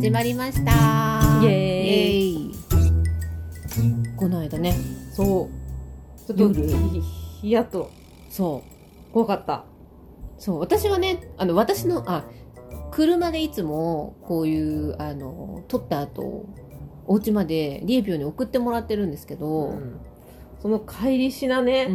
始まりました。 イエーイ。 イエーイ。この間ね、 そうちょっと夜ヒヤッとそう怖かった。 そう私はね、私の車でいつもこういう撮った後お家までリエピョに送ってもらってるんですけど、 その帰りしなね、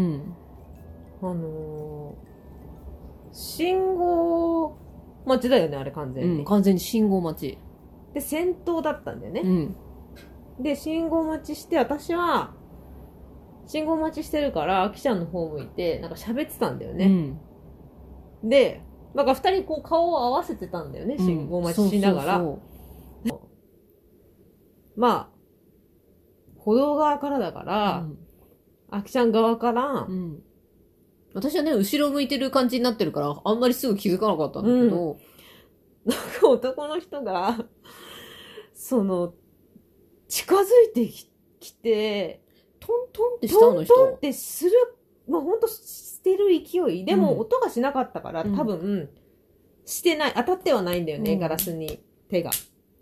信号待ちだよね、あれ完全に、 完全に信号待ちで先頭だったんだよね、で信号待ちして、私は信号待ちしてるからあきちゃんの方向いてなんか喋ってたんだよね、でなんか2人こう顔を合わせてたんだよね、信号待ちしながら。まあ歩道側からだから、あきちゃん側から、 私はね後ろ向いてる感じになってるからあんまりすぐ気づかなかったんだけど、 なんか男の人が近づいてきてトントンってしたの人トントンってする、まあほんとしてる勢いでも音がしなかったから、多分してない、当たってはないんだよね、ガラスに手が。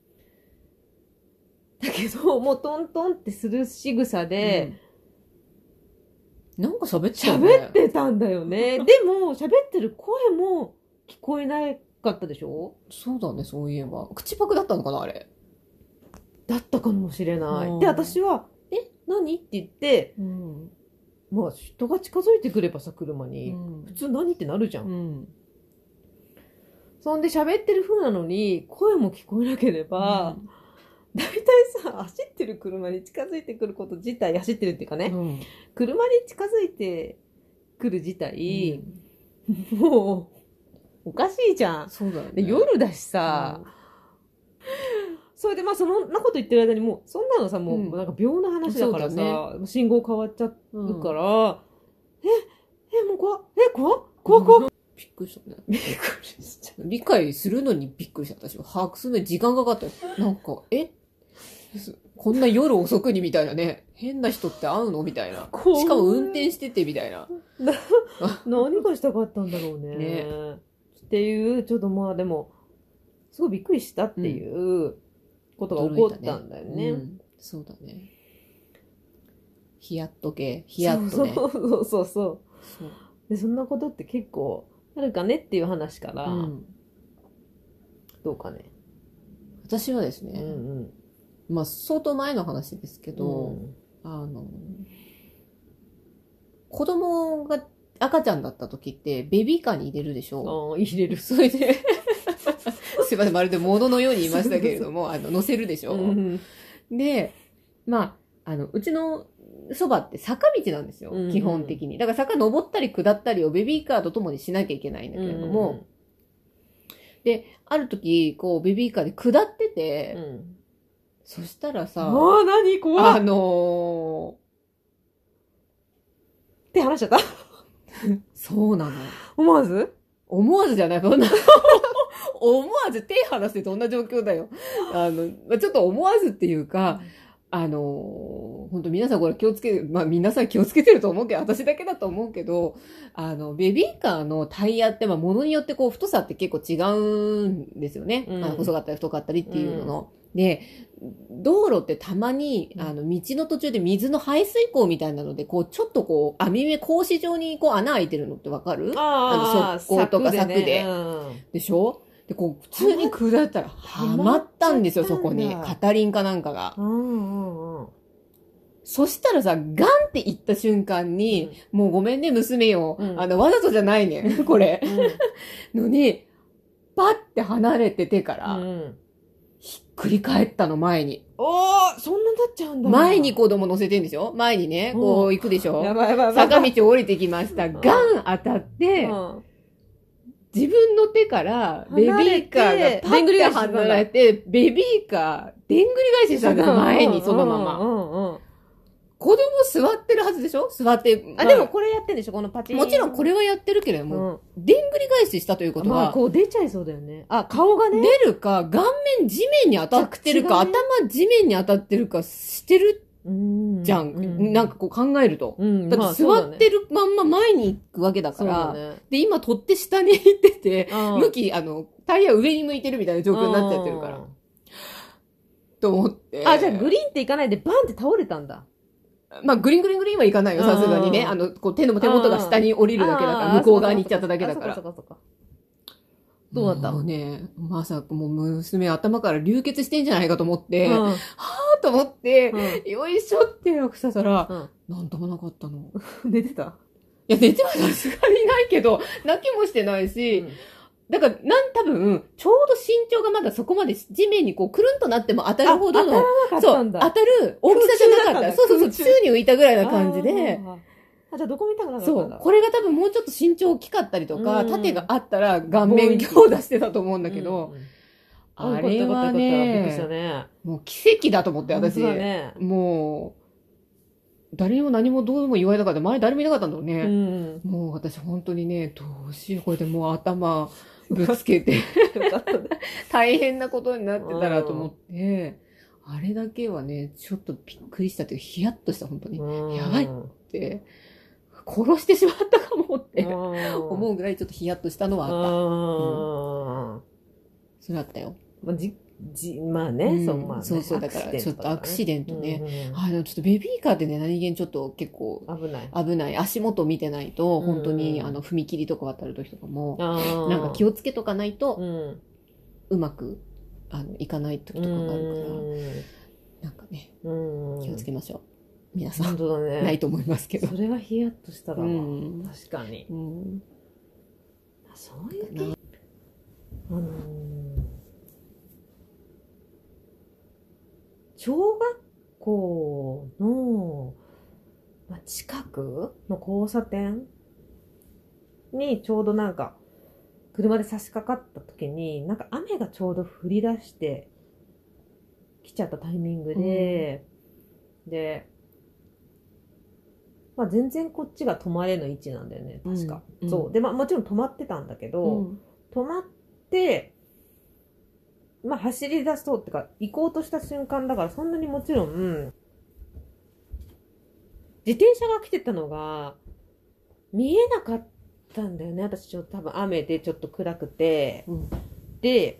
だけどもうトントンってする仕草で、 なんか喋ってたよね。 喋ってたんだよね。でも喋ってる声も聞こえなかったでしょ。 そうだね、そういえば口パクだったのかな、あれだったかもしれない。で私は何って言って、まあ人が近づいてくればさ、車に、普通何ってなるじゃん、そんで喋ってる風なのに声も聞こえなければ、だいたいさ、走ってる車に近づいてくること自体、走ってるっていうかね、車に近づいてくる自体、もうおかしいじゃん。 そうだよね。 で夜だしさ、それでまあそんなこと言ってる間にもうそんなのさ、もうなんか秒の話だからさ、信号変わっちゃうから、もう怖っびっくりしたね。びっくりした。理解するのにびっくりした。私は把握するのに時間かかったよ。なんかこんな夜遅くにみたいなね、変な人って会うのみたいな。しかも運転しててみたいな。 何がしたかったんだろうね。っていう、ちょっとまあでもすごいびっくりしたっていうことが起こったんだよね。 そうだね。ヒヤッと系、ヒヤッとね。 そうで、そんなことって結構あるかねっていう話から、どうかね。 私はですね、まあ相当前の話ですけど、子供が赤ちゃんだった時ってベビーカーに入れるでしょ。 入れる。 それで、すいません、まるで物のように言いましたけれども、乗せるでしょ。で、まあ、うちのそばって坂道なんですよ、基本的に。だから坂登ったり下ったりをベビーカーとともにしなきゃいけないんだけれども、で、ある時、こう、ベビーカーで下ってて、そしたらさ、 何怖い。って話しちゃったそうなの。 思わずじゃない。そんな思わず手離してどんな状況だよ。ちょっと思わずっていうか、本当皆さんこれ気をつける、まあ皆さん気をつけてると思うけど、私だけだと思うけど、ベビーカーのタイヤって、まあ物によってこう太さって結構違うんですよね。細かったり太かったりっていうの。で、道路ってたまに、道の途中で水の排水口みたいなので、こう、ちょっとこう、網目格子状にこう穴開いてるのってわかる？側溝とか柵で。でしょ？で、こう、普通に下ったら、はまったんですよ、そこに。片輪かなんかが。そしたらさ、ガンって言った瞬間に、もうごめんね、娘よ。わざとじゃないね、これ。のに、パッて離れて手から、ひっくり返ったの、前に。 そんなになっちゃうんだ。 前に子供乗せてんでしょ？前にね、こう行くでしょ？ やばい。 坂道降りてきました。ガン当たって、自分の手からベビーカーがパッて離れて、ベビーカー、でんぐり返ししたんです、前に、そのまま。子供座ってるはずでしょ？座って。 でもこれやってんでしょ？このパチン。 もちろんこれはやってるけれども、でんぐり返ししたということは、 こう出ちゃいそうだよね。顔がね。 出るか、顔面地面に当たってるか、頭地面に当たってるかしてるじゃん。なんかこう考えると。だって座ってるまんま前に行くわけだから。で、今取って下に行ってて、タイヤ上に向いてるみたいな状況になっちゃってるから。 と思って。 あ、じゃあグリーンっていかないでバンって倒れたんだ。 まあ、グリーンはいかないよ、さすがにね。こう手元が下に降りるだけだから、向こう側に行っちゃっただけだから。どうだったのね。まさかもう娘頭から流血してんじゃないかと思って、はぁと思って、よいしょって訳したら、なんともなかったの。 寝てた？ いや、寝てはさすがにないけど、泣きもしてないし、だから、多分、ちょうど身長がまだそこまで地面にこう、くるんとなっても当たるほどの、そう、当たる大きさじゃなかった。そう、宙に浮いたぐらいな感じで。 じゃあどこ見たくなかったんだ。 そう。これが多分もうちょっと身長大きかったりとか、縦があったら顔面強打してたと思うんだけど、あれはね、もう奇跡だと思って、私。もう、誰にも何もどうも言われなかった。周り誰もいなかったんだろうね。もう私本当にね、どうしよう、これでもう頭ぶつけて、大変なことになってたらと思って、あれだけはね、ちょっとびっくりしたというか、ヒヤッとした、本当に。やばいって。殺してしまったかもって思うぐらいちょっとヒヤッとしたのはあった。それあったよ。 まあね、 そう、だからちょっとアクシデントね。ちょっとベビーカーでね、何気にちょっと結構危ない。足元見てないと、本当に踏切とか渡る時とかも、なんか気をつけとかないと、うまくいかない時とかがあるから、なんかね、気をつけましょう。皆さん、本当だね、ないと思いますけど。 それはヒヤッとしたら、確かに。そういう系、小学校の、近くの交差点にちょうどなんか、車で差し掛かった時に、なんか雨がちょうど降り出してきちゃったタイミングで、で、全然こっちが止まれの位置なんだよね、確か。そう。で、もちろん止まってたんだけど、止まって、走り出そうってか、行こうとした瞬間だから、そんなにもちろん、自転車が来てたのが、見えなかったんだよね。私ちょっと多分雨でちょっと暗くて。で、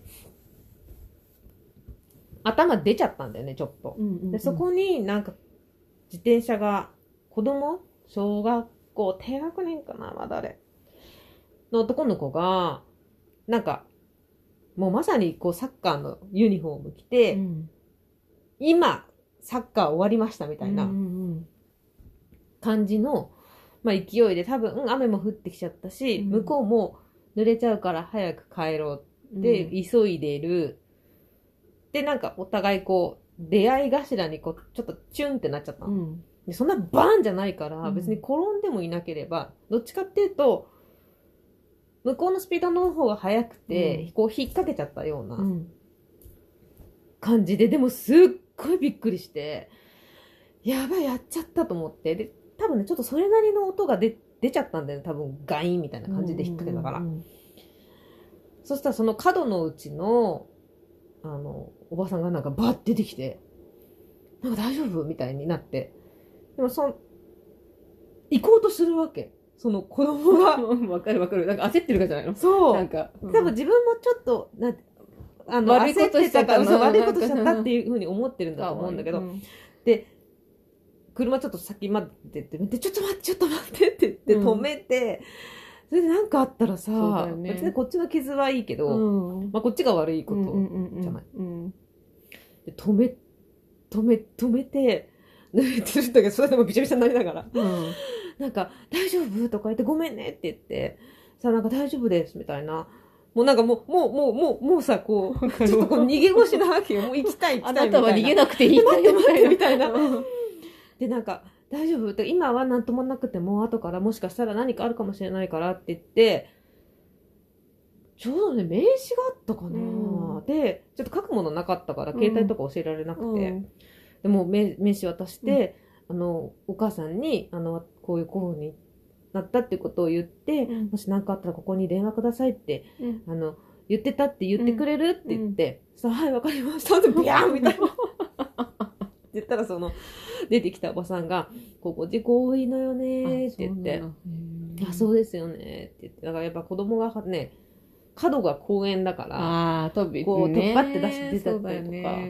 頭出ちゃったんだよね、ちょっと。で、そこになんか、自転車が、子供小学校、低学年かなまだあれ。の男の子が、なんか、もうまさにこうサッカーのユニフォーム着て、今、サッカー終わりましたみたいな感じの、勢いで多分、雨も降ってきちゃったし、向こうも濡れちゃうから早く帰ろうって急いでる。で、なんかお互いこう、出会い頭にこう、ちょっとチュンってなっちゃったの。でそんなバーンじゃないから、別に転んでもいなければ、どっちかっていうと、向こうのスピードの方が速くて、こう引っ掛けちゃったような感じで、でもすっごいびっくりして、やばい、やっちゃったと思って、で、多分ね、ちょっとそれなりの音が出ちゃったんだよね、多分ガインみたいな感じで引っ掛けたから。そしたらその角のうちの、おばさんがなんかバッて出てきて、なんか大丈夫みたいになって、でも行こうとするわけ。その子供が。 わかる。なんか焦ってるかじゃないの？ そう。 なんか。 多分自分もちょっと、悪いことしちゃった。悪いことしちゃったっていうふうに思ってるんだと思うんだけど。で、車ちょっと先までって、ちょっと待ってって言って止めて、それでなんかあったらさ、別にこっちの傷はいいけど、こっちが悪いことじゃない。で止めて、濡れてるんだけど、それでもびちゃびちゃになりながら。なんか、大丈夫とか言って、ごめんねって言って、さ、なんか大丈夫ですみたいな。もうなんかもうさ、こう、ちょっとこう逃げ腰なわけよ。もう行きたいみたいな。 あなたは逃げなくていいんだよ。 待ってみたいな。で、なんか、大丈夫って、今はなんともなくても、後からもしかしたら何かあるかもしれないからって言って、ちょうどね、名刺があったかな、で、ちょっと書くものなかったから、携帯とか教えられなくて、でも名刺渡して、お母さんに、こういう風になったってことを言って、もし何かあったらここに電話くださいって、言ってたって言ってくれるって言って、はい、わかりましたって、ビャーンみたいな。言ったら出てきたおばさんが、ここ事故多いのよねって言って、そうですよねって言って、だからやっぱ子供がね、角が公園だから、こう、突っ張って出たりとか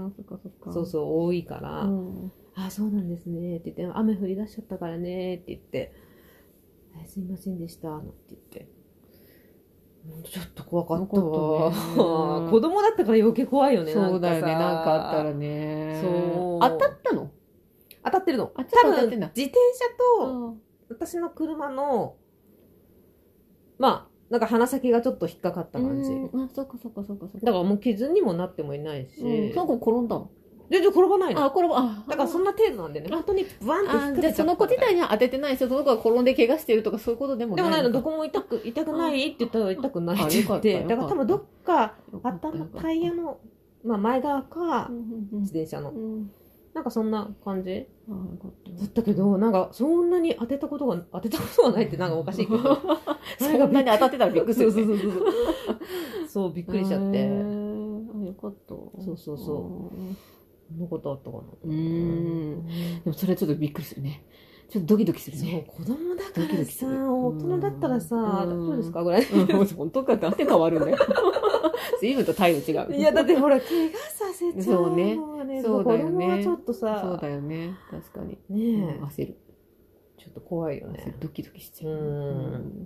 そっかそっか。 そうそう、多いから、あ、そうなんですねって言って、雨降り出しちゃったからねって言って、すいませんでしたって言って。ちょっと怖かったわ。子供だったから余計怖いよね。 そうだよね。なんかあったらね。そう。当たったの？ 当たってるの。多分、自転車と、私の車の、まあ、なんか鼻先がちょっと引っかかった感じ。 あ、そっかそっかそっかそっか。 だからもう傷にもなってもいないし。 その子転んだの？ 全然転ばないの。 あ、 だからそんな程度なんでね。本当にバンって引っかけちゃった。 じゃあその子自体には当ててないし、その子が転んで怪我してるとかそういうことでもない。 でもないの、どこも痛くないって言ったら痛くないって言って。だから多分どっか、タイヤの、まあ前側か、自転車の。なんかそんな感じだったけど、なんかそんなに当てたことがないってなんかおかしいけど。 そんなに当たってたらびっくりする。 そう、びっくりしちゃって。 よかった。 そう。そんなことあったかな。 でもそれはちょっとびっくりするね。ちょっとドキドキするね。 そう、子供だからさ、大人だったらさ、どうですかぐらい。 本当かって変わるんだよ。随分と態度違う。 いや、だってほら、怪我させちゃうのね。 そうだよね。 子供はちょっとさ。 そうだよね。確かに。 ねえ。 焦る。 ちょっと怖いよね。 ドキドキしちゃう。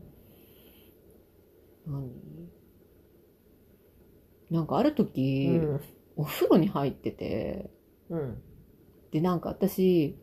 なんかある時、お風呂に入ってて、で、なんか私、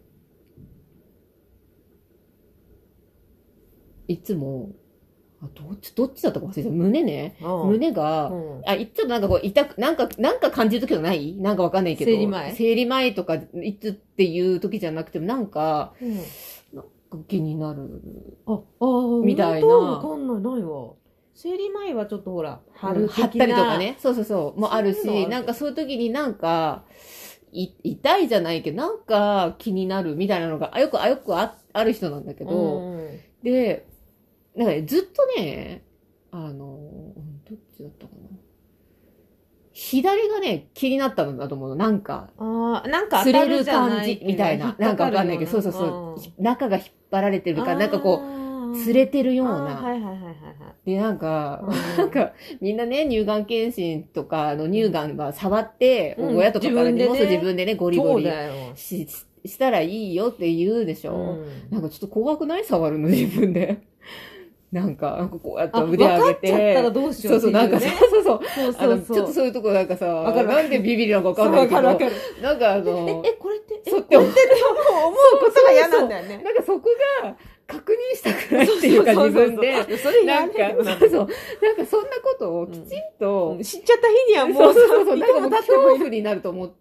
いつも、どっちだったか忘れた。胸ね。胸が、ちょっとなんかこう、なんか感じるときはないなんかわかんないけど。生理前とか、いつっていう時じゃなくても、なんか気になる。みたいな。 わかんないわ。生理前はちょっとほら、 貼ったりとかね。そう。もあるし、なんかそういう時になんか、痛いじゃないけど、なんか気になるみたいなのが、よくある人なんだけど、で、なんかね、ずっとね、どっちだったかな。左がね、気になったんだと思うの。なんか、釣れる感じみたいな。なんかわかんないけど、そう。中が引っ張られてるから、なんかこう、釣れてるような。で、なんか、みんなね、乳がん検診とか、乳がんは触って、親とかから荷物自分でね、ゴリゴリしたらいいよって言うでしょ。なんかちょっと怖くない触るの、自分で。なんか、こうやって腕上げて。 分かっちゃったらどうしようっていうね。 そう。ちょっとそういうとこなんかさ、なんでビビりなのかわかんないけど。なんかこれって、 そうって思うことが嫌なんだよね。 なんかそこが、確認したくないっていうか自分で。 それなんか、なんかそんなことをきちんと、 知っちゃった日にはもう、 なんかもう恐怖になると思って、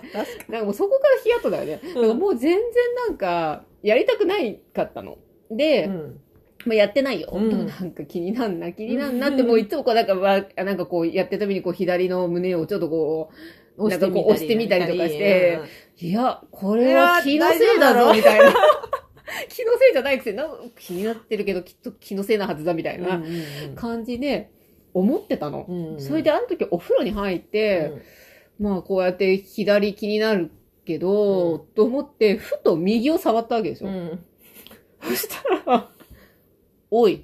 なんかもうそこからヒヤッとだよね。だからもう全然なんか、やりたくないかったの。で、まあやってないよ。なんか気になんなって、もういつもこうなんかこうやってるたびにこう左の胸をちょっとこう、なんかこう押してみたりとかして、いや、これは気のせいだぞ、みたいな。気のせいじゃないくせに、気になってるけどきっと気のせいなはずだみたいな感じで思ってたの。それである時お風呂に入って、まあこうやって左気になるけど、と思って、ふと右を触ったわけですよ。そしたら、おい。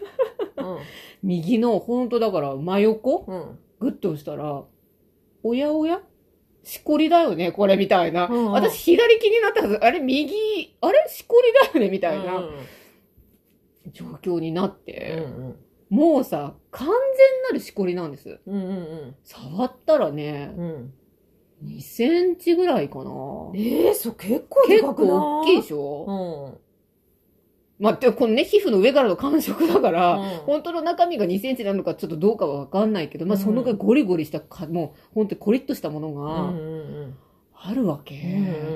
右の、ほんとだから真横、グッと押したら、おやしこりだよね、これ、みたいな。私、左気になったはず。あれ、右、しこりだよね、みたいな、状況になって、もうさ、完全なるしこりなんです。触ったらね、2センチぐらいかな。 そう、結構でかくない？ 大きいでしょ？まあ、このね、皮膚の上からの感触だから、本当の中身が2センチなのかちょっとどうかはわかんないけど、まあ、そのがゴリゴリしたもう、本当にコリッとしたものが、あるわけ。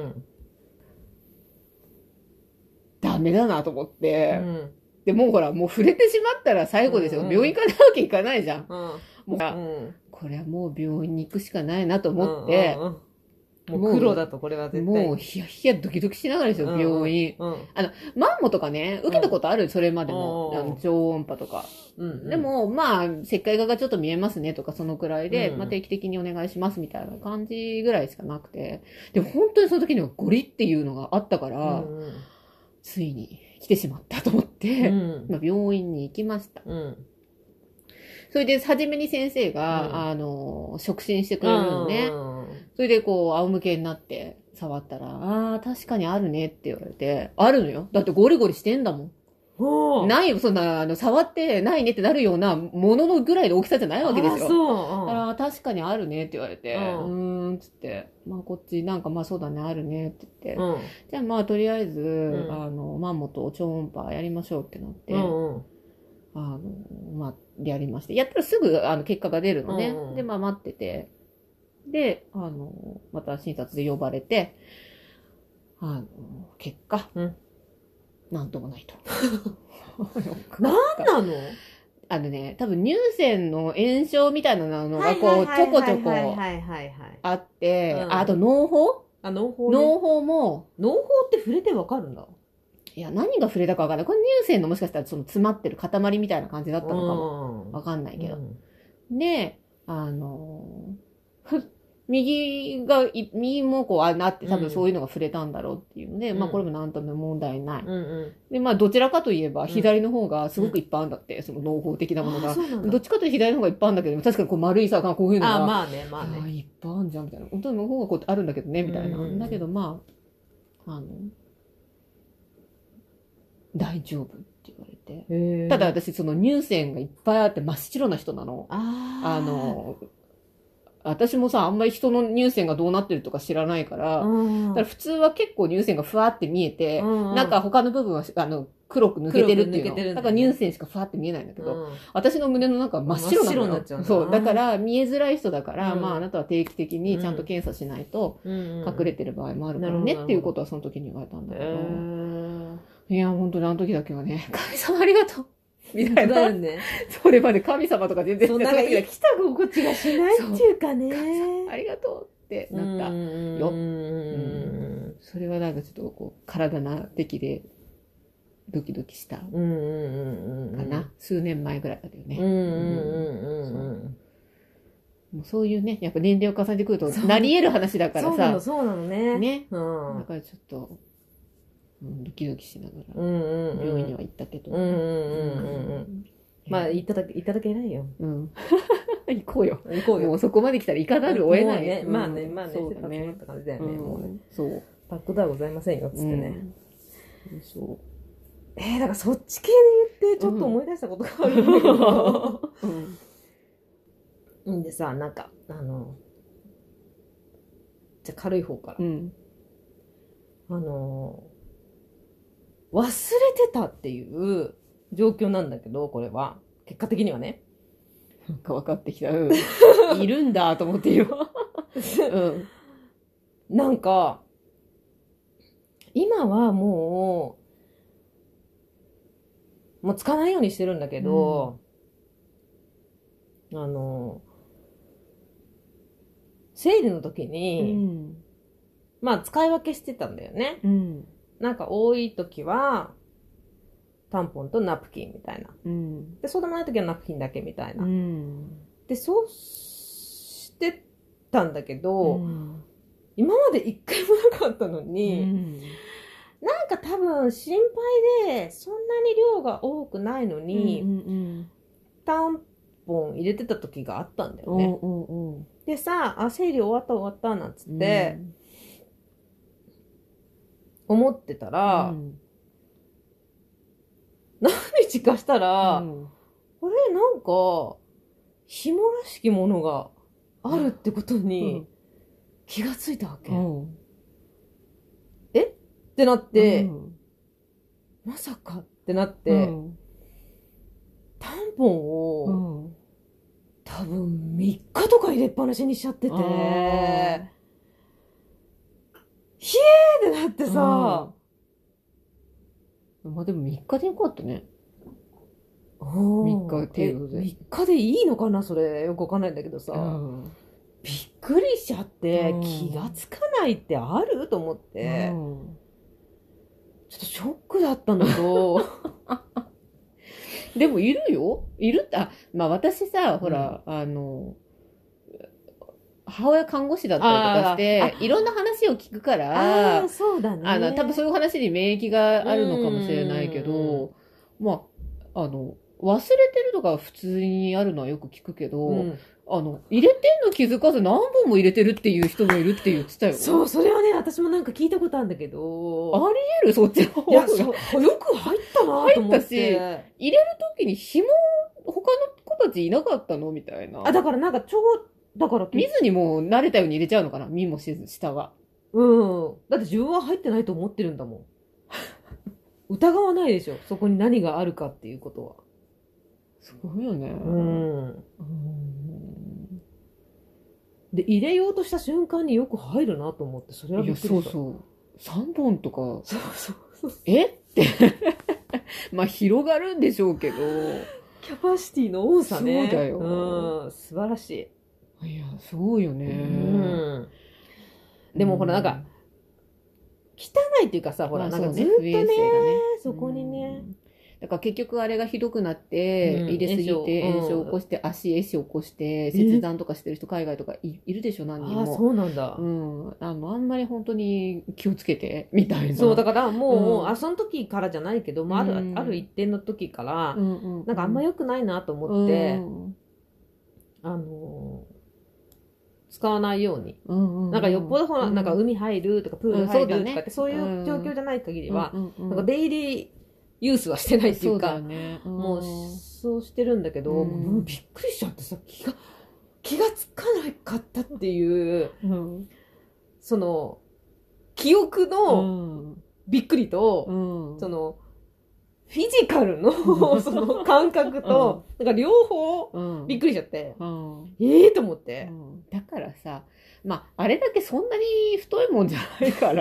ダメだなと思って。で、もうほら、もう触れてしまったら最後ですよ。病院行かなきゃいかないじゃん。もう、これはもう病院に行くしかないなと思って、 もう黒だとこれは絶対。 もうヒヤヒヤドキドキしながらですよ、病院。マンモとかね、受けたことあるそれまでも。超音波とか。でも、まあ、切開画がちょっと見えますねとか、そのくらいで、まあ定期的にお願いしますみたいな感じぐらいしかなくて。でも本当にその時にはゴリっていうのがあったから、ついに来てしまったと思って、まあ病院に行きました。それで、初めに先生が、触診してくれるのね。 それでこう、仰向けになって触ったら、ああ、確かにあるねって言われて、あるのよ。だってゴリゴリしてんだもん。ないよ、そんな、触ってないねってなるようなもののぐらいの大きさじゃないわけですよ。 そう。 だから確かにあるねって言われて、つって、まあこっちなんかまあそうだね、あるねって言って、じゃあまあとりあえず、マンモと超音波やりましょうってなって、まあやりまして、やったらすぐ結果が出るのね。で、まあ待ってて、で、また診察で呼ばれて、結果、なんともないと。 なんなの？ 多分乳腺の炎症みたいなのがこう、ちょこちょこあって、あと脳胞？ 脳胞も。 脳胞って触れてわかるんだ。 いや、何が触れたかわかんない。これ乳腺のもしかしたらその詰まってる塊みたいな感じだったのかも。わかんないけど。で、右もこうなって多分そういうのが触れたんだろうっていうので、まあこれもなんとも問題ない。で、まあどちらかといえば左の方がすごくいっぱいあるんだって、その脳胞的なものが。どっちかというと左の方がいっぱいあるんだけど、確かにこう丸いさ、こういうのが。 まあね、まあね。 いっぱいあるじゃん、みたいな。本当にの方がこうあるんだけどね、みたいな。だけどまあ、大丈夫って言われて。ただ私その乳腺がいっぱいあって真っ白な人なの。私もさ、あんまり人の乳腺がどうなってるとか知らないから、だから普通は結構乳腺がふわって見えて、なんか他の部分は黒く抜けてるっていうの。だから乳腺しかふわって見えないんだけど、私の胸の中は真っ白なのよ。そう。だから見えづらい人だから、まああなたは定期的にちゃんと検査しないと、隠れてる場合もあるからねっていうことはその時に言われたんだけど。いや、本当にあの時だけはね、神様ありがとう。みたいな。それまで神様とか全然そんな生きた心地がしないっていうかね。 ありがとうってなったよ。それはなんかちょっとこう、体な的でドキドキしたかな。数年前ぐらいだよね。そういうね、やっぱ年齢を重ねてくるとなり得る話だからさ。 そうなのね。 ね。だからちょっと、ドキドキしながら病院には行ったけど。 まあ、いただけないよ。 行こうよ。もうそこまで来たら行かざるを得ない。 まあね、 そうだね。 って感じだよね。もうね。 そう。 パックではございませんよ、つってね。 そう。 だからそっち系で言って、ちょっと思い出したことがあるんだけど。んでさ、なんか、じゃあ軽い方から。忘れてたっていう状況なんだけど、これは。結果的にはね。 なんか分かってきた。いるんだと思ってよ。 なんか、今はもうつかないようにしてるんだけど、生理の時に、まあ使い分けしてたんだよね。なんか多い時は、タンポンとナプキンみたいな。で、そうでもない時はナプキンだけみたいな。で、そうしてたんだけど、今まで一回もなかったのに、なんか多分心配で、そんなに量が多くないのに、タンポン入れてた時があったんだよね。でさ、生理終わったなんつって、思ってたら、何日かしたら、あれなんか、紐らしきものがあるってことに気がついたわけ。ってなって、まさかってなって、タンポンを、多分3日とか入れっぱなしにしちゃってて、ひえーってなってさ、 まあでも3日でよかったね。3日程度で。 3日でいいのかなそれ。よくわかんないんだけどさ。びっくりしちゃって、気がつかないってあると思って、ちょっとショックだったんだけど。 でもいるよ。いるって、まあ私さ、ほら、母親看護師だったりとかして、いろんな話を聞くから、 そうだね。 多分そういう話に免疫があるのかもしれないけど、まあ、 忘れてるとか普通にあるのはよく聞くけど、 うん、 入れてんの気づかず何本も入れてるっていう人もいるって言ってたよ。 そう、それはね、私もなんか聞いたことあるんだけど。 ありえるそっちの方が。 いや、よく入ったなと思って。 入ったし、入れるときに紐、他の子たちいなかったのみたいな。 あ、だからなんかだから見ずにもう慣れたように入れちゃうのかな、見もしず、下は。 うん。だって自分は入ってないと思ってるんだもん。疑わないでしょ。そこに何があるかっていうことは。 すごいよね。 で、入れようとした瞬間によく入るなと思って、それはびっくりした。 いや、そうそう。3本とか。 そう。 えってまあ、広がるんでしょうけど。 キャパシティの多さね。 そうだよ。 素晴らしい。 いや、すごいよね。 でもほら、なんか、汚いっていうかさ、ほら、なんかずっとね、そこにね。 だから結局あれがひどくなって、入れすぎて炎症を起こして、足壊死を起こして、切断とかしてる人海外とかいるでしょ、何人も。 あ、そうなんだ。 あんまり本当に気をつけて、みたいな。 そう、だからもう、その時からじゃないけど、ある一定の時から、なんかあんま良くないなと思って、使わないように。なんかよっぽどほら、なんか海入るとかプール入るとかって、そういう状況じゃない限りは、なんかデイリーユースはしてないっていうか、もうそうしてるんだけど、もうびっくりしちゃってさ、気がつかなかったっていう、その、記憶のびっくりと、その、フィジカルのその感覚と、なんか両方びっくりしちゃって、と思って。 だからさ、まあ、あれだけそんなに太いもんじゃないから、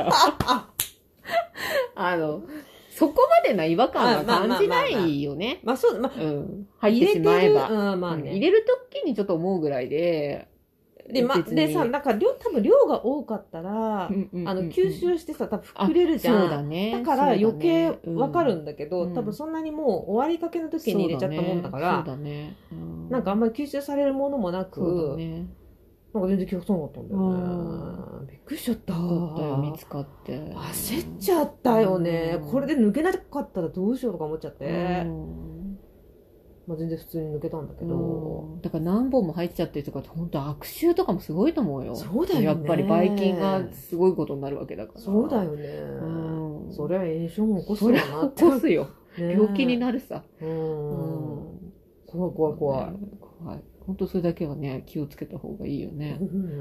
そこまでな違和感は感じないよね。 まあそう、 入ってしまえば。 入れるときにちょっと思うぐらいで、 でさ、なんか多分量が多かったら、吸収してさ、多分膨れるじゃん。 そうだね。 だから余計わかるんだけど、多分そんなにもう終わりかけの時に入れちゃったもんだから、 そうだね。 なんかあんまり吸収されるものもなく、なんか全然気がつかなかったんだよね。びっくりしちゃった。 見つかって。 焦っちゃったよね。これで抜けなかったらどうしようとか思っちゃって。まあ全然普通に抜けたんだけど。 だから何本も入っちゃってるとかって本当悪臭とかもすごいと思うよ。 そうだよね。 やっぱりばい菌がすごいことになるわけだから。 そうだよね。そりゃ炎症も起こすよなって。 起こすよ。病気になるさ。 怖い。 本当それだけはね、気をつけた方がいいよね。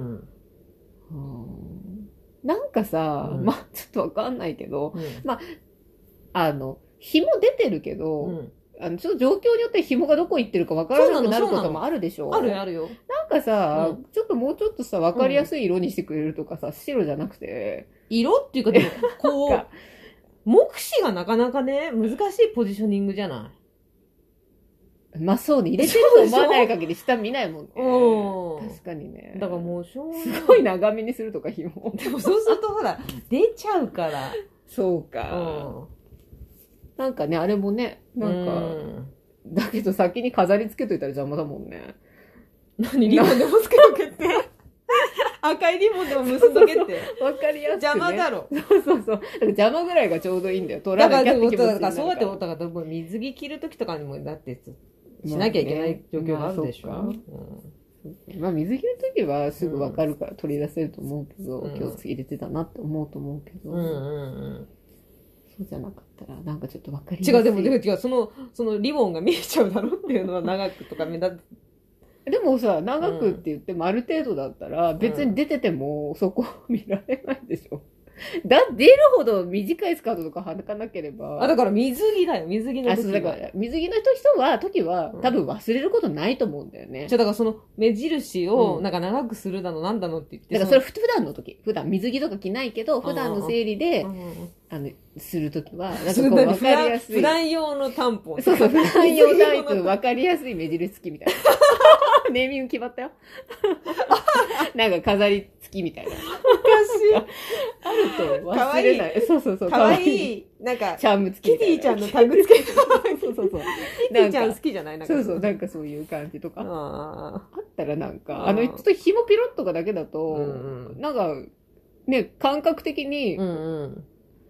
なんかさ、まあちょっとわかんないけど、まあ、紐出てるけど、ちょっと状況によって紐がどこ行ってるかわからなくなることもあるでしょ。 あるよ。 なんかさ、もうちょっとさ、わかりやすい色にしてくれるとかさ、白じゃなくて。 色っていうか、でも、こう、目視がなかなかね、難しいポジショニングじゃない。 まあそうね、入れてると思わない限り下見ないもんね。確かにね。 だからもうすごい長めにするとか紐。 でもそうするとほら、出ちゃうから。 そうか。なんかね、あれもね、なんか、だけど先に飾り付けといたら邪魔だもんね。 何リボンでもつけとけって。赤いリボンでも結んどけって。 わかりやすく、ね。 邪魔だろ。 そう。だから邪魔ぐらいがちょうどいいんだよ。取らなきゃって気持ちになるから。だからそうやって思ったから、水着着るときとかにも、だってしなきゃいけない状況があるでしょ。まあ水着の時はすぐわかるから取り出せると思うけど、気をつけ入れてたなって思うと思うけど。そうじゃなかったら、なんかちょっとわかりやすい。 違う、そのリボンが見えちゃうだろっていうのは長くとか目立つ。 でもさ、長くって言ってもある程度だったら、別に出ててもそこ見られないでしょ。出るほど短いスカートとか履かなければ。 だから水着だよ、水着の時は。 だから水着の時は、多分忘れることないと思うんだよね。 だからその目印をなんか長くするだのなんだのって言って。 だからそれ普段の時。普段水着とか着ないけど、普段の生理で、するときは、なんかこう分かりやすい。 普段用のタンポン。 そう、普段用タイプ分かりやすい目印付きみたいな。ネーミング決まったよ。なんか飾り付きみたいな。おかしい。 あると忘れない。そう。 かわいい。なんか、 チャーム付き。 キティちゃんのタグ付け。 そう。 キティちゃん好きじゃないなんかそう、なんかそういう感じとか。あったらなんか、ちょっと紐ピロッとかだけだと、なんか、ね、感覚的に、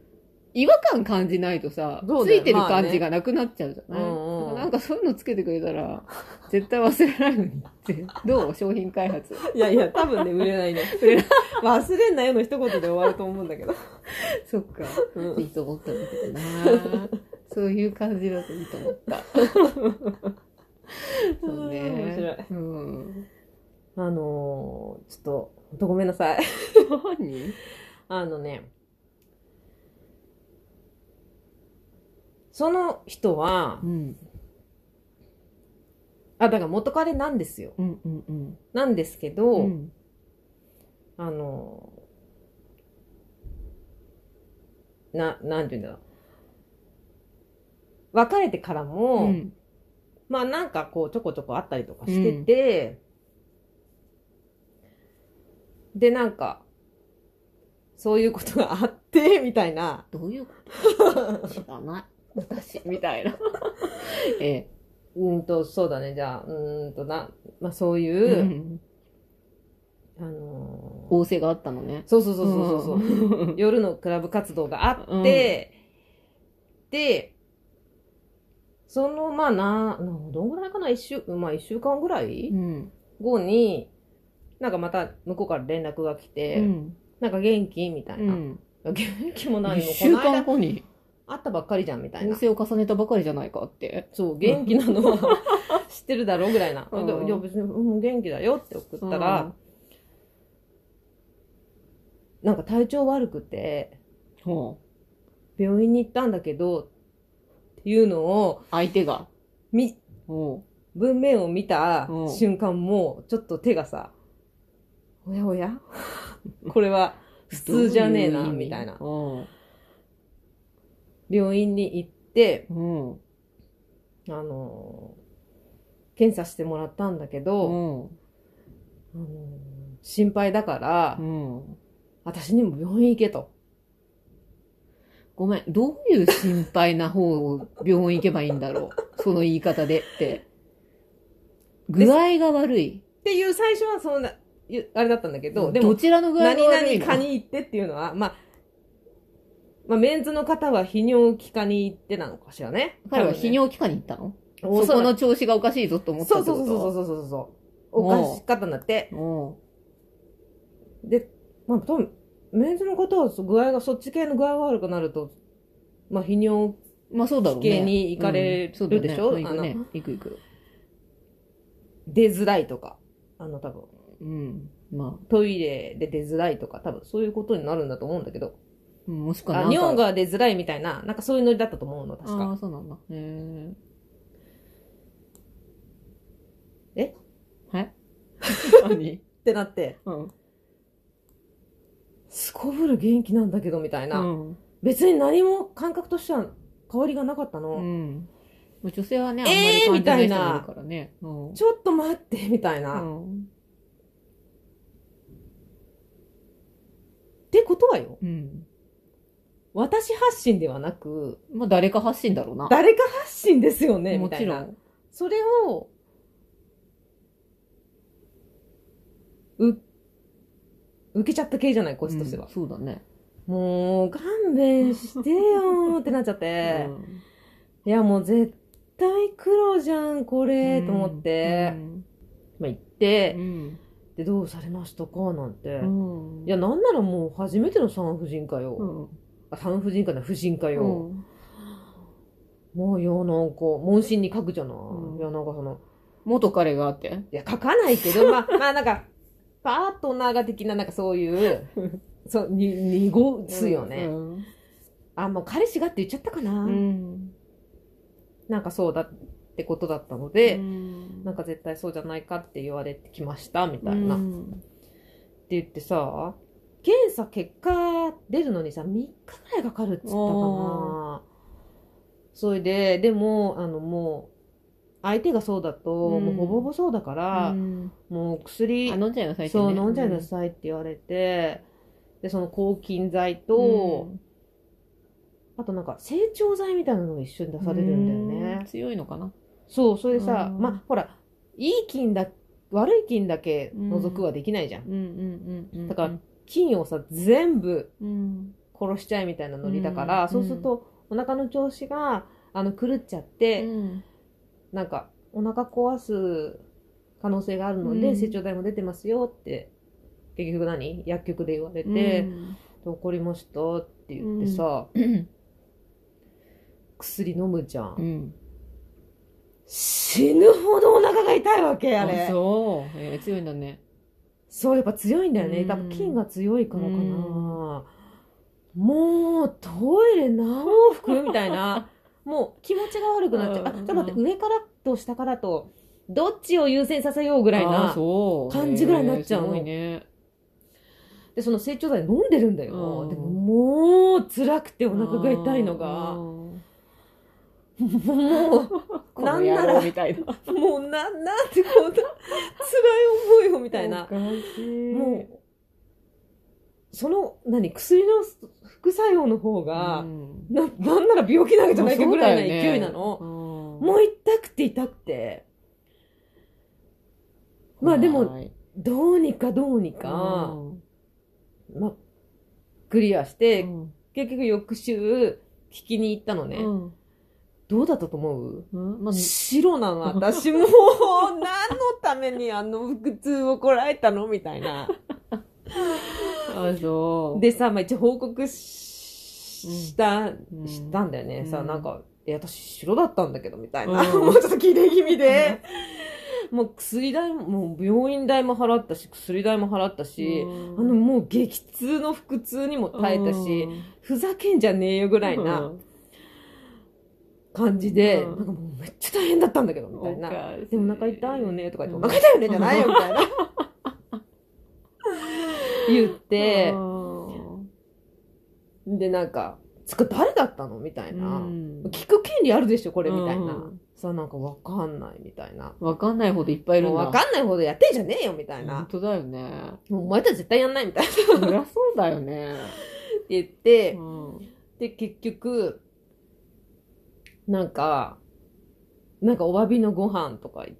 違和感感じないとさ、 そうだよついてる感じがなくなっちゃうじゃない、 まあねうんうんだからなんかそういうのつけてくれたら、絶対忘れないのにって。どう商品開発。 いやいや、多分ね、売れないね。 売れない。 忘れんなよの一言で終わると思うんだけど。 そっか。 うんいいと思ったんだけどな。そういう感じだといいと思った。そうね。 面白い。 うん。 ちょっと、ほんとごめんなさい。 何？ その人はう、ん。 だから元彼なんですよ。 うんうんうん。 なんですけど、 うんなんていうんだろう。別れてからも、 うんまあなんかこうちょこちょこあったりとかしてて、でなんか、そういうことがあって、みたいな。 どういうこと知らない。私、みたいな。 そうだね、じゃあ、まあそうういう、 ん。 そう仰せがあったのね。 そうそうそう。 うん夜のクラブ活動があって、で、その、まあどんぐらいかな、一週間ぐらいうん。 後に、なんかまた向こうから連絡が来て、 うん。 なんか元気みたいな。 うん。 元気も何一も、こ週間の間後に、 会ったばっかりじゃんみたいな。 仰せを重ねたばかりじゃないかって。 そう、元気なのは知ってるだろうぐらいな。 うんいや、別に、元気だよって送ったら、なんか体調悪くて、 ほ病院に行ったんだけど、っていうのを、 う。相手が。ほ文面を見たうん瞬間も、ちょっと手がさ、おやおやこれはう。 普通じゃねえな、 どういう意味みたいな。 うん。 病院に行って、 うん。 検査してもらったんだけうど、 ん。 心配だからう、ん。 私にも病院行けと。 ごめん。どういう心配な方を病院行けばいいんだろう。その言い方でって。具合が悪い。 っていう最初はそんな、あれだったんだけど、でもど、ちらの具合が何悪いの？ 々科に行ってっていうのは、まあ、メンズの方は泌尿器科に行ってなのかしらね。 彼は泌尿器科に行ったの？ おそこの調子がおかしいぞと思ったってこと？ そうそうそう。おかしかったんだって。 うん。 で、まあ、多分、メンズの方は具合が、そっち系の具合が悪くなると、まあ、泌尿まあそうだろうね。 系に行かれるそうだねでしょ行くね。行く行く。 出づらいとか、多分、 うん。まあ、 トイレで出づらいとか、多分そういうことになるんだと思うんだけど、 もしくはなんか。 尿が出づらいみたいな、なんかそういうノリだったと思うの、確か。 ああ、そうなんだ。へええ。はい何？ ってなって、 うん。 すこぶる元気なんだけど、みたいな。 うん。 別に何も感覚としては変わりがなかったの。 うん。女性はね、あんまり感じない人もいるからね。うん。 ちょっと待って、みたいな。っうん。 てことはよ、 うん。 私発信ではなく、 まあ誰か発信だろうな。 誰か発信ですよね、みたいな。 もちろん。 それを、受けちゃった系じゃない、こっちとしては。 そうだね。 もう、勘弁してよーってなっちゃって。いや、もう絶対黒じゃん、これ、と思って。まあ、行って、で、どうされましたかなんて。いや、なんならもう初めての産婦人科よ。産婦人科だ、婦人科よ。もう、いや、なんか、問診に書くじゃない。いや、なんかその、 元彼があって。 いや、書かないけど、まあ、なんか、パートナーが的な、なんかそういう、そう、濁すよね。もう彼氏がって言っちゃったかな。なんかそうだってことだったので、なんか絶対そうじゃないかって言われてきました、みたいな。って言ってさ、検査結果出るのにさ、3日ぐらいかかるっつったかな。それで、でも、もう、相手がそうだと、もうほぼほぼそうだから、もう薬、 飲んじゃいなさいってそう、飲んじゃいなさいって言われて、で、その抗菌剤と、あとなんか成長剤みたいなのが一緒に出されるんだよね。 強いのかな。 そう、それでさ、まあ、ほら、いい菌だ、悪い菌だけ除くはできないじゃん。だから、菌をさ、全部、 殺しちゃえみたいなノリだから、そうするとお腹の調子が狂っちゃって、なんかお腹壊す可能性があるので、成長剤も出てますよって結局薬局で言われて、怒りましたって言ってさ、薬飲むじゃん、死ぬほどお腹が痛いわけあれ。 そう、強いんだね。 そう、やっぱ強いんだよね。多分菌が強いからかな。もうトイレ何往復みたいな。もう気持ちが悪くなっちゃう。ちょっと待って、上からと下からとどっちを優先させようぐらいな感じぐらいになっちゃうの。で、その成長剤飲んでるんだよ。でももう辛くてお腹が痛いのが。もう、なんなら、みたいな。もうなんてこんな辛い思いをみたいな。もう、その、薬の副作用の方が、なんなら病気なんじゃないかぐらいな勢いなの。もう痛くて痛くて。まあでも、どうにか、まあ、クリアして、結局翌週、聞きに行ったのね。どうだったと思う？白なの、私もう、何のために腹痛をこらえたのみたいな。でさ、一応報告したんだよね。さ、なんか、私白だったんだけど、みたいな。もうちょっと切れ気味で。もう薬代も、病院代も払ったし、薬代も払ったし、もう激痛の腹痛にも耐えたし、ふざけんじゃねえよぐらいな。感じで、なんかもうめっちゃ大変だったんだけど、みたいな。でもお腹痛いよね、とか言って、お腹痛いよね、じゃないよ、みたいな。言って、で、なんか、誰だったのみたいな。聞く権利あるでしょ、これ、みたいな。さ、なんかわかんない、みたいな。 わかんないほどいっぱいいるんだ。 わかんないほどやってんじゃねえよ、みたいな。 本当だよね。 もうお前たち絶対やんない、みたいな。 そりゃそうだよね。 って言って、で、結局、なんかお詫びのご飯とか言って、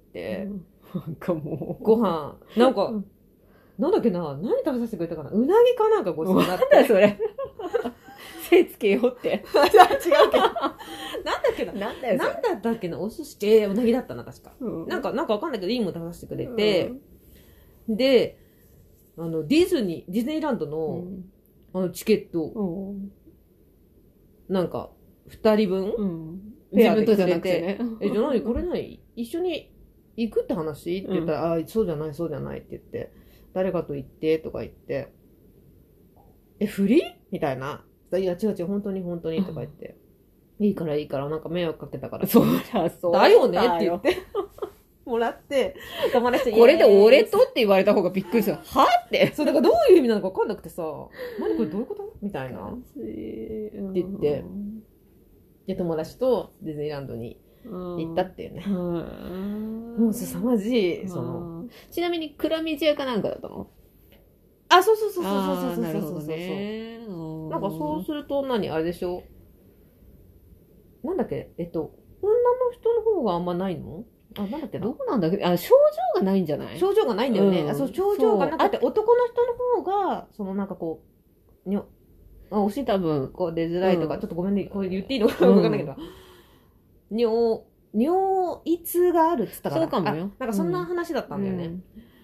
なんかもう、 ご飯、なんか、なんだっけな、何食べさせてくれたかな、うなぎかなんかごちそうになって。 なんだそれ。手つけようって。 違うけど。なんだっけな、 なんだよそれ。 なんだったっけな、お寿司、うなぎだったな、確か。なんかわかんないけど、いいもの食べさせてくれて、で、ディズニーランドの、チケット、なんか、2人分、 自分とじゃなくてね。 じゃあ何これ一緒に行くって話って言ったら、そうじゃないって言って、誰かと行ってとか言って、フリーみたいな。いや、違う、本当にとか言って、いいから、なんか迷惑かけたから。 そうだよねって言って、もらって、 友達とこれで俺とって言われた方がびっくりする。はって。 そう、だからどういう意味なのか分かんなくてさ、何これどういうことみたいな。って言って、で、友達とディズニーランドに行ったっていうね。もう凄まじい、 ちなみに、蔵道屋かなんかだったの？ あ、そう。 なるほどね。 なんかそうするとあれでしょ？なんだっけ女の人の方があんまないの？なんだっけな。 どうなんだっけ？症状がないんじゃない？ 症状がないんだよね。そう、症状がなくて、男の人の方が、なんかこう、お尻多分こう出づらいとか、ちょっとごめんね、これ言っていいのかわかんないけど、尿意痛があるっつったから。 そうかもよ。 なんかそんな話だったんだよね。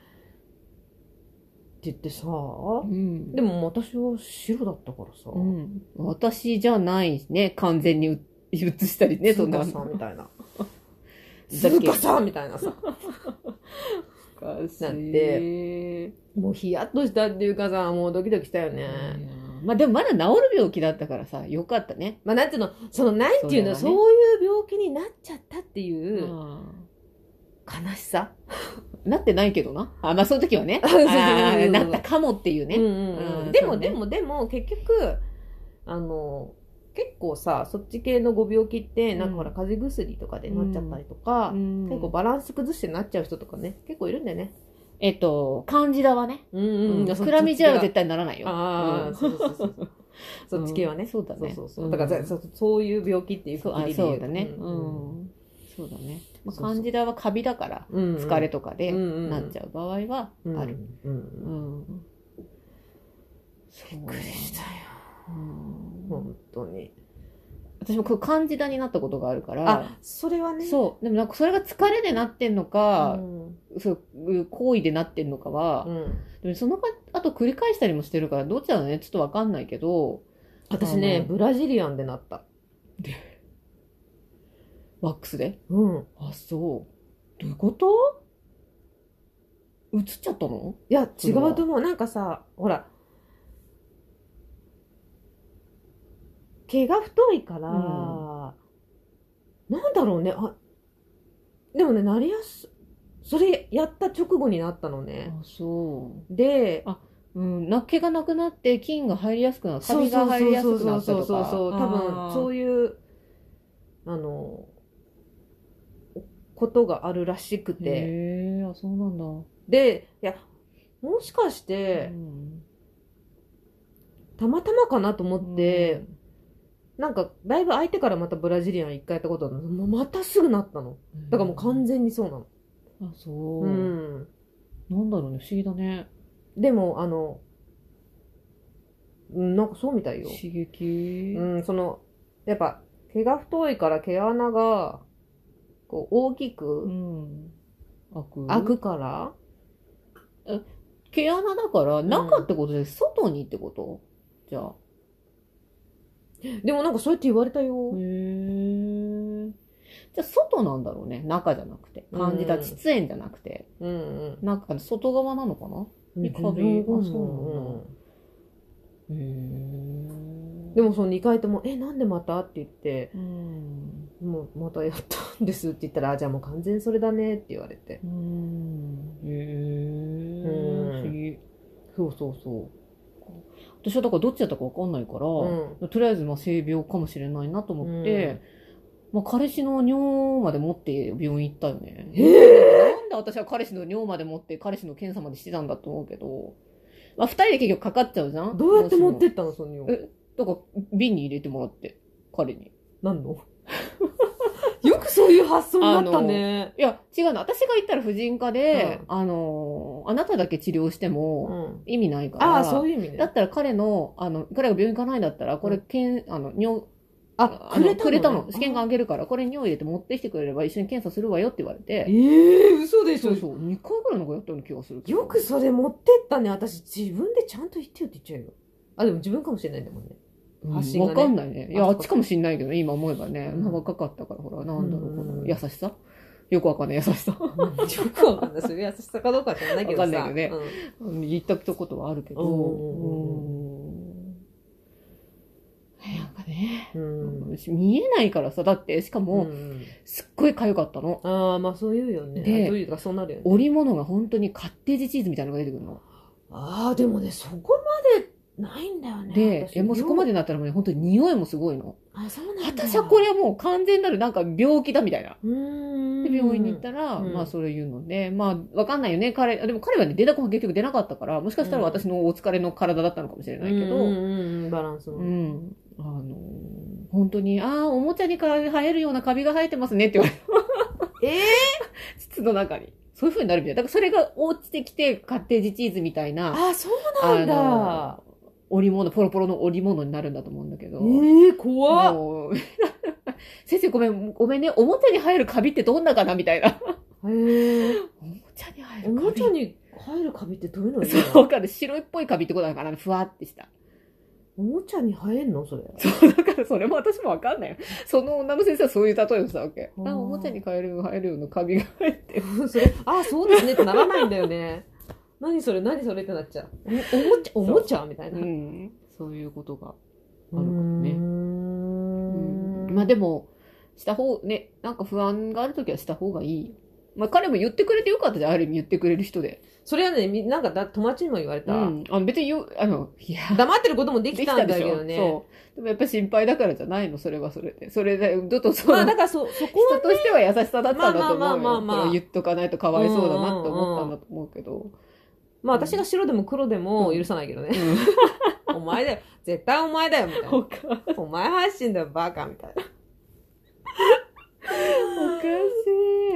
って言ってさ、でも私は白だったからさ。 私じゃないね、完全に映したりね、 そんな。さみたいな。ずかさみたいなさ。なんて、もうヒヤッとしたっていうかさ、もうドキドキしたよね。 まあでもまだ治る病気だったからさ、よかったね。 まあなんていうの、なんていうの、そういう病気になっちゃったっていう悲しさ。 なってないけどな。まあその時はね。なったかもっていうね。 でも結局、結構さ、そっち系のご病気って、なんかほら、風邪薬とかでなっちゃったりとか、結構バランス崩してなっちゃう人とかね、結構いるんだよね。 カンジダはね。クラミジアは絶対ならないよ。 そうそっち系はね。 そうだね。 だからそういう病気っていうことで言う。 そうだね。そうだね。カンジダはカビだから、疲れとかでなっちゃう場合はある。 びっくりしたよ。 本当に。 私もこう漢字だになったことがあるから。 あ、それはね。 そう。でもなんかそれが疲れでなってんのか、そういう行為でなってんのかは、でもその後繰り返したりもしてるから、どっちなのね、ちょっとわかんないけど。 私ね、ブラジリアンでなった。 ワックスで？あ、そう。どういうこと？映っちゃったの？ いや、違うと思う。なんかさ、ほら、毛が太いから、なんだろうね。でもね、なりやす、それやった直後になったのね。 あ、そう。 で、 毛がなくなって菌が入りやすくなった。カビが入りやすくなったとか。 そう。多分、そういう、ことがあるらしくて。 へー、あ、そうなんだ。 で、いや、もしかして、たまたまかなと思って、なんか、だいぶ相手からまたブラジリアン一回やったことあるの。またすぐなったの。だからもう完全にそうなの。 あ、そう。なんだろうね、不思議だね。 でも、なんかそうみたいよ。 刺激？ やっぱ、毛が太いから毛穴が、こう、大きく、開くから。 毛穴だから、中ってことで、外にってこと？じゃあ。 でもなんかそうやって言われたよ。 へー。じゃあ外なんだろうね。中じゃなくて。漢字だ、膣炎じゃなくて。なんか外側なのかな？にカビ。あ、そうなんだ。 でもその2回とも、なんでまたって言って、もうまたやったんですって言ったら、じゃあもう完全にそれだねって言われて。そうそうそう。 私はだからどっちだったか分かんないから、とりあえずまあ性病かもしれないなと思って、彼氏の尿まで持って病院行ったよね。なんで私は彼氏の尿まで持って彼氏の検査までしてたんだと思うけど、2人で結局かかっちゃうじゃん。 どうやって持ってったのその尿？ だから瓶に入れてもらって、彼に。 何の？よくそういう発想になったね。 いや、違うの。私が言ったら婦人科で、あなただけ治療しても意味ないから。 そういう意味ね。 だったら彼が病院行かないんだったら、これ、尿、くれたの。試験管あげるから、これに尿入れて持ってきてくれれば一緒に検査するわよって言われて。 嘘でしょ。 そう。2回ぐらいのがやったような気がする。 よくそれ持ってったね。私、自分でちゃんと言ってよって言っちゃうよ。でも自分かもしれないんだもんね。 わかんないね。いや、あっちかもしんないけど、今思えばね。若かったから、ほら、なんだろう、この優しさ？よくわかんない優しさ。よくわかんない。それ優しさかどうか知らないけどさ。 わかんないけどね。言ったことはあるけど。なんかね。見えないからさ、だって、しかも、すっごい痒かったの。 まあそう言うよね。 で、 どういうかそうなるよね。 織物が本当にカッテージチーズみたいなのが出てくるの。 でもね、そこまで、ないんだよね。 で、もうそこまでなったらもう本当に匂いもすごいの。 そうなんだ。 私はこれはもう完全なるなんか病気だみたいな。で、病院に行ったら、まあそれ言うので、まあわかんないよね。でも彼はね、出た子が結局出なかったから、もしかしたら私のお疲れの体だったのかもしれないけど。 バランスの。 本当に、おもちゃに生えるようなカビが生えてますねって言われた。膣の中に。そういう風になるみたいな。だからそれが落ちてきて、カッテージチーズみたいな。 そうなんだ。 織物、ポロポロの織物になるんだと思うんだけど。 怖っ。 先生ごめんね、おもちゃに入るカビってどんなかなみたいな。おもちゃに入るカビ。 おもちゃに入るカビってどういうの？ そう、わかる。白いっぽいカビってことなのかな、ふわってした。 おもちゃに生えんのそれ？ そう、だからそれも私もわかんないよ。その女の先生はそういう例えをしたわけ。おもちゃに生えるようなカビが入ってる。 そうですねってならないんだよね。何それってなっちゃう。おもちゃみたいな。 そういうことがあるからね。まあでも、なんか不安があるときはした方がいい。まあ彼も言ってくれてよかったじゃん、ある意味言ってくれる人で。 それはね、なんか友達にも言われた。 別に黙ってることもできたんだけどね。 そう。でもやっぱり心配だからじゃないの、それはそれで。それで、だからそこはね、 人としては優しさだったんだと思うよ。言っとかないとかわいそうだなって思ったんだと思うけど。 まあ私が白でも黒でも許さないけどね。お前だよ。絶対お前だよ、みたいな。お前発信だよ、バカ、みたいな。 おかしい。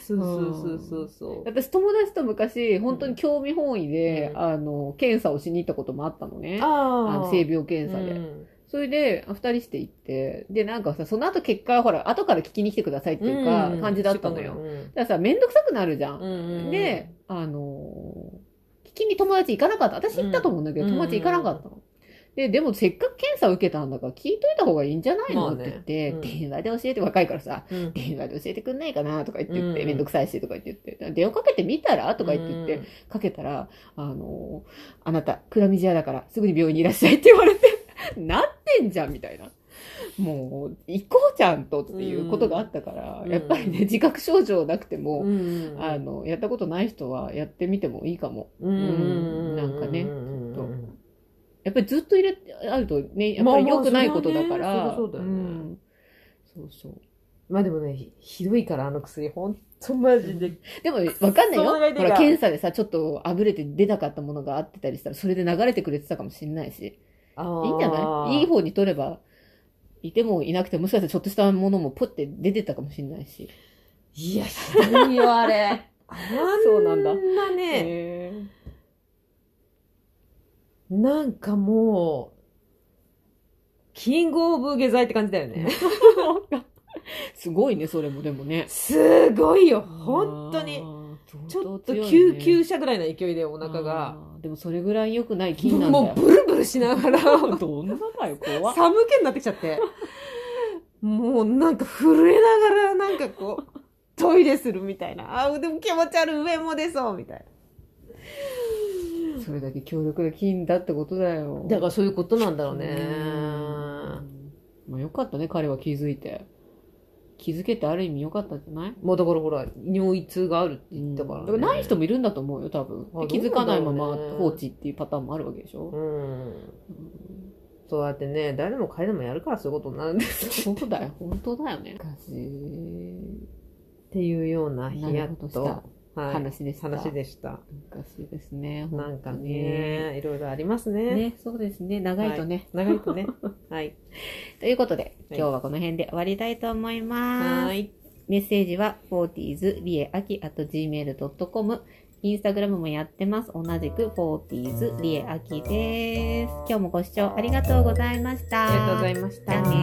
そう。 私友達と昔、本当に興味本位で、検査をしに行ったこともあったのね。性病検査で。それで、二人して行って、で、なんかさ、その後結果はほら、後から聞きに来てくださいっていうか、感じだったのよ。だからさ、めんどくさくなるじゃん。で、聞きに友達行かなかった。私行ったと思うんだけど、友達行かなかったの。でもせっかく検査を受けたんだから聞いといた方がいいんじゃないのって言って、電話で教えて、若いからさ、電話で教えてくんないかなとか言ってめんどくさいしとか言って、電話かけてみたらとか言って、かけたら、あなた、クラミジアだからすぐに病院にいらっしゃいって言われて、なってんじゃんみたいな。もう、行こうちゃんとっていうことがあったから、やっぱりね、自覚症状なくても、やったことない人はやってみてもいいかも。なんかね、ちょっと。やっぱりずっとあるとね、やっぱり良くないことだから。 そうだよね。 そうそう。 まあでもね、ひどいから、薬、ほんとマジで。 でも、わかんないよ。ほら、検査でさ、ちょっとあぶれて出なかったものがあってたりしたら、それで流れてくれてたかもしれないし。いいんじゃない？いい方に取れば、いてもいなくても、もしかしたらちょっとしたものもポッて出てたかもしれないし。 いや、ひどいよ、あれ。 そうなんだ。 ね。なんかもう、キングオブ下剤って感じだよね。 すごいね、それもでもね。 すごいよ、本当に。ちょっと救急車ぐらいの勢いでお腹が。 でもそれぐらい良くない菌なんだよ。 もうブルブルしながら。 どんなだよ、怖い。 寒気になってきちゃって。もうなんか震えながらなんかこう、トイレするみたいな。でも気持ち悪い、上も出そうみたいな。 それだけ強力な菌だってことだよ。 だからそういうことなんだろうね。 まあよかったね、彼は気づいて。気づけてある意味よかったんじゃない？ もうだからほら、尿意痛があるって言ったからね。 だからない人もいるんだと思うよ、多分。気づかないまま放置っていうパターンもあるわけでしょ。 そうやってね、誰でも彼でもやるからそういうことになるんですよ。そうだよ、本当だよね。 っていうようなヒヤッと話でした。 話でした。 昔ですね。 なんかね、いろいろありますね。 ね、そうですね。長いとね。 長いとね。はい。 ということで、今日はこの辺で終わりたいと思います。はい。メッセージは 40srieaki@gmail.com。インスタグラムもやってます。同じく 40srieaki です。今日もご視聴ありがとうございました。 ありがとうございました。 じゃあ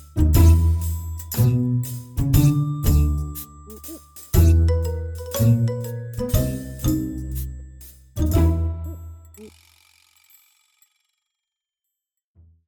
ねー。